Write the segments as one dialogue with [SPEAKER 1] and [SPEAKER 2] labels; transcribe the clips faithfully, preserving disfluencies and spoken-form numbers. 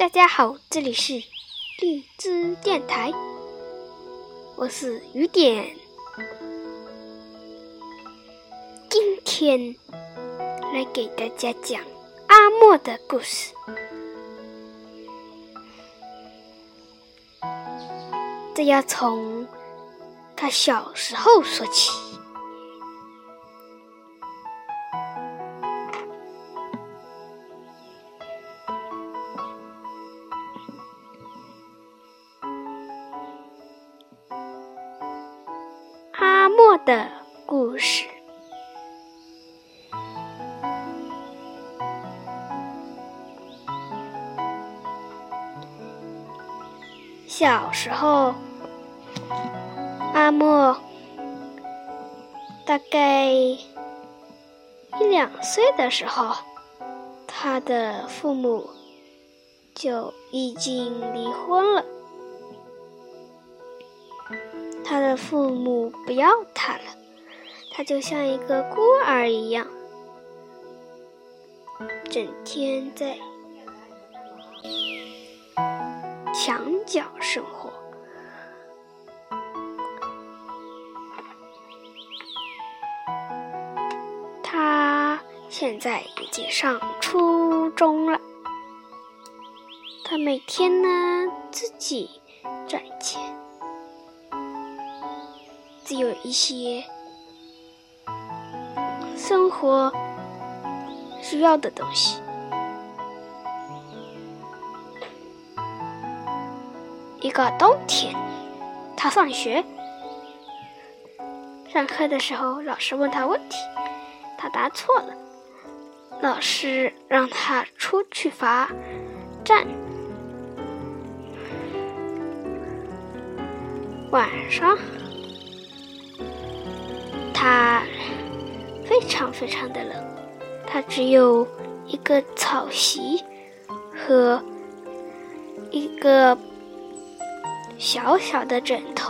[SPEAKER 1] 大家好，这里是荔枝电台，我是雨点。今天来给大家讲阿莫的故事。这要从他小时候说起。阿莫的故事。小时候，阿莫大概一两岁的时候，他的父母就已经离婚了。他的父母不要他了，他就像一个孤儿一样，整天在墙角生活。他现在已经上初中了，他每天呢自己赚钱，只有一些生活需要的东西。一个冬天，他上学，上课的时候，老师问他问题，他答错了，老师让他出去罚站。晚上，他非常非常的冷，他只有一个草席和一个小小的枕头。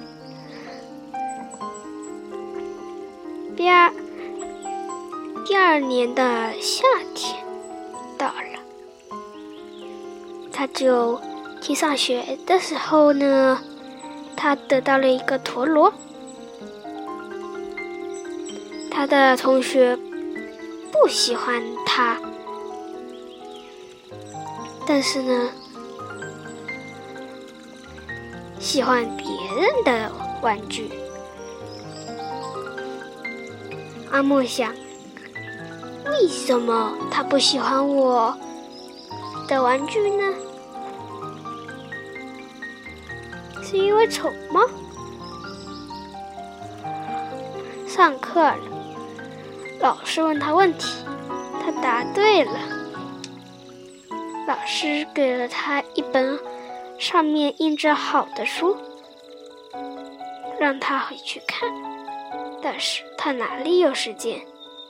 [SPEAKER 1] 第二第二年的夏天到了，他就去上学的时候呢，他得到了一个陀螺。他的同学不喜欢他，但是呢，喜欢别人的玩具。阿莫想，为什么他不喜欢我的玩具呢？是因为丑吗？上课了，老师问他问题，他答对了。老师给了他一本上面印着好的书，让他回去看，但是他哪里有时间？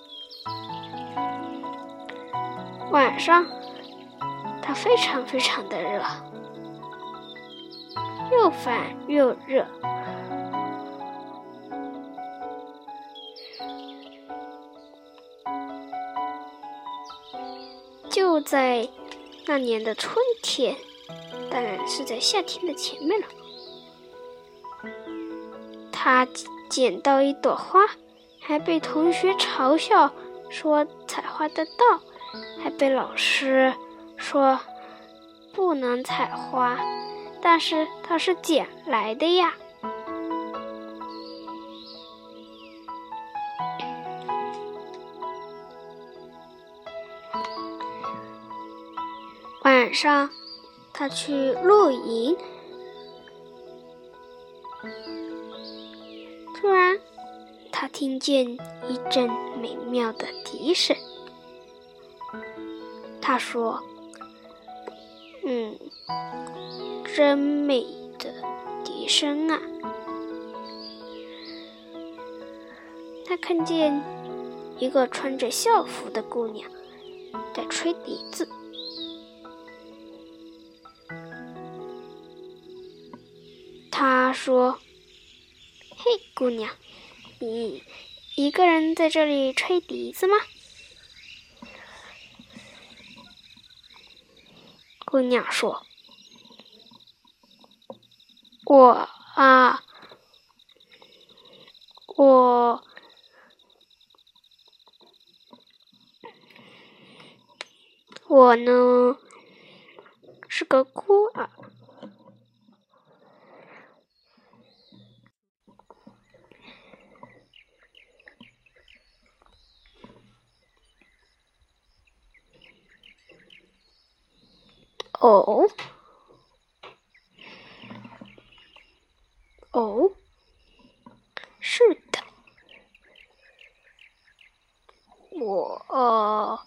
[SPEAKER 1] 晚上，他非常非常的热，又烦又热。就在那年的春天，当然是在夏天的前面了。他捡到一朵花，还被同学嘲笑说采花的盗，还被老师说不能采花，但是他是捡来的呀。晚上，他去露营，突然，他听见一阵美妙的笛声。他说：“嗯，真美的笛声啊！”他看见一个穿着校服的姑娘在吹笛子。他说：“嘿，姑娘，你一个人在这里吹笛子吗？” 姑娘说：“我啊，我，我呢，是个孤儿。”哦，哦，是的，我、呃、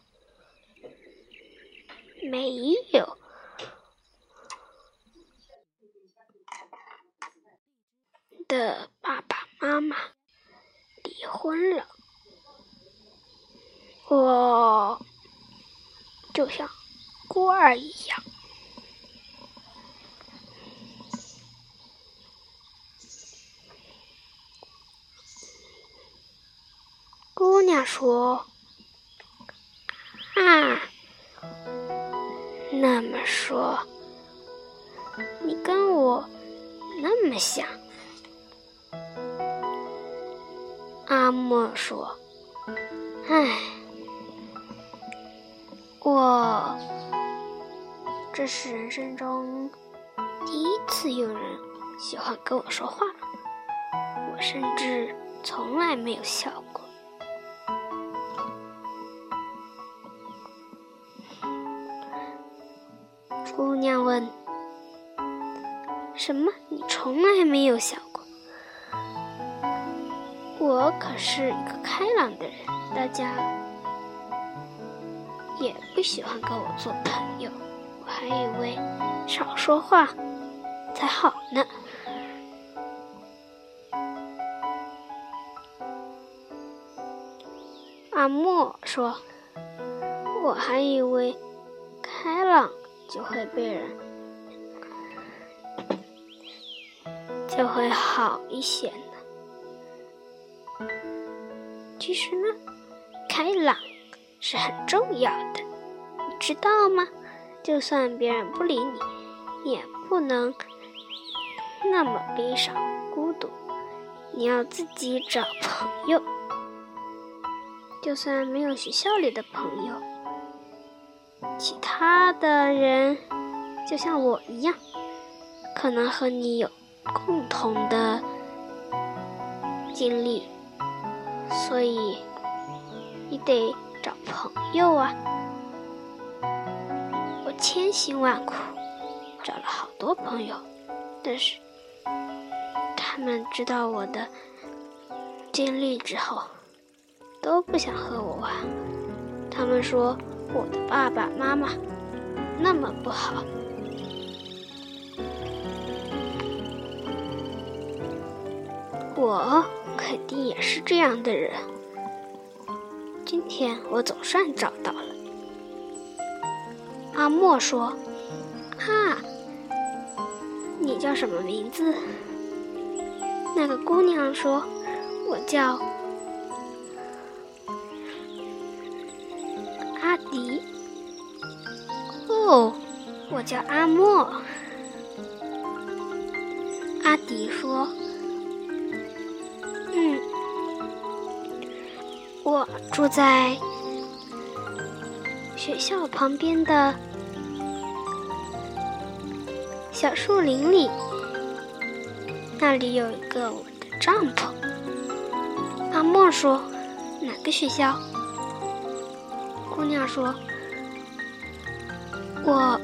[SPEAKER 1] 没有的爸爸妈妈离婚了，我就像孤儿一样。姑娘说：“啊，那么说，你跟我那么像。”阿莫说：“唉，我这是人生中第一次有人喜欢跟我说话，我甚至从来没有笑过。”姑娘问：“什么？你从来没有笑过？”我可是一个开朗的人，大家也不喜欢跟我做朋友，我还以为少说话才好呢。阿莫说：“我还以为开朗就会被人就会好一些呢。其实呢，开朗是很重要的，你知道吗？就算别人不理你，也不能那么悲伤孤独，你要自己找朋友。就算没有学校里的朋友，其他的人就像我一样，可能和你有共同的经历，所以你得找朋友啊。我千辛万苦找了好多朋友，但是他们知道我的经历之后都不想和我玩。他们说我的爸爸妈妈那么不好。我肯定也是这样的人。今天我总算找到了。阿莫说：“啊，你叫什么名字？”那个姑娘说：“我叫阿迪。”哦，我叫阿莫。阿迪说：“嗯，我住在学校旁边的小树林里，那里有一个我的帐篷。”阿莫说：“哪个学校？”姑娘说：“我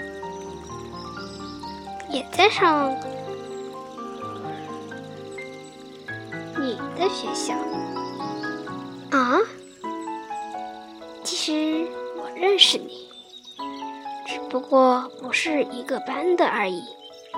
[SPEAKER 1] 也在上你的学校。”啊，其实我认识你，只不过不是一个班的而已。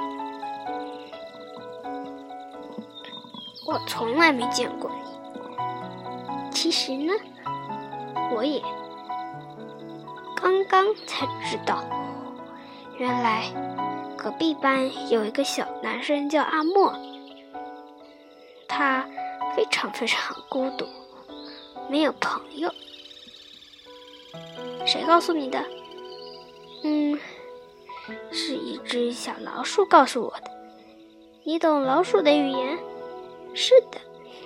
[SPEAKER 1] 我从来没见过你。其实呢，我也刚刚才知道，原来隔壁班有一个小男生叫阿莫，他非常非常孤独，没有朋友。谁告诉你的？嗯， 是一只小老鼠告诉我的。你懂老鼠的语言？是的。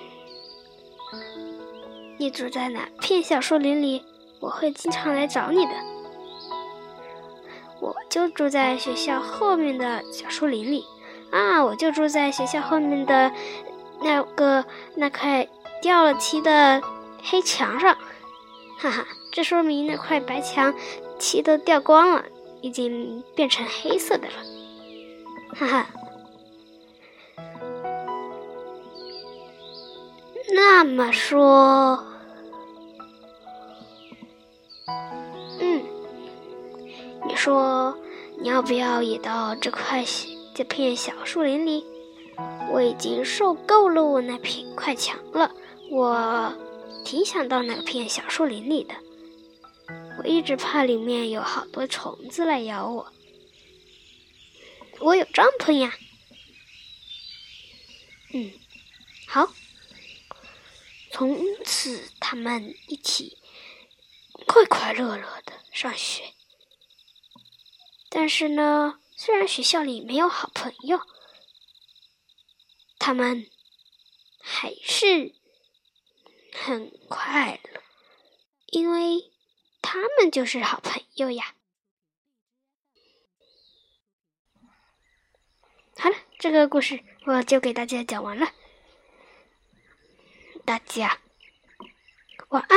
[SPEAKER 1] 你住在哪片小树林里？我会经常来找你的。我就住在学校后面的小树林里。啊，我就住在学校后面的那个那块掉了漆的黑墙上。哈哈，这说明那块白墙漆都掉光了，已经变成黑色的了。哈哈。那么说，嗯，你说你要不要也到这块这片小树林里？我已经受够了我那片块墙了，我挺想到那片小树林里的。我一直怕里面有好多虫子来咬我。我有帐篷呀。嗯，好。从此他们一起快快乐乐的上学。但是呢，虽然学校里没有好朋友，他们还是很快乐，因为他们就是好朋友呀。好了，这个故事我就给大家讲完了，大家晚安。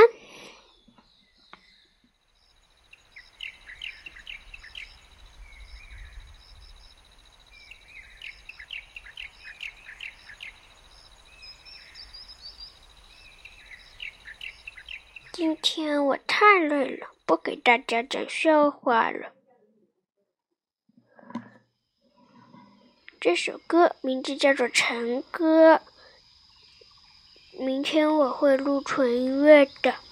[SPEAKER 1] 今天我太累了，不给大家讲笑话了。这首歌名字叫做《晨歌》，明天我会录纯音乐的。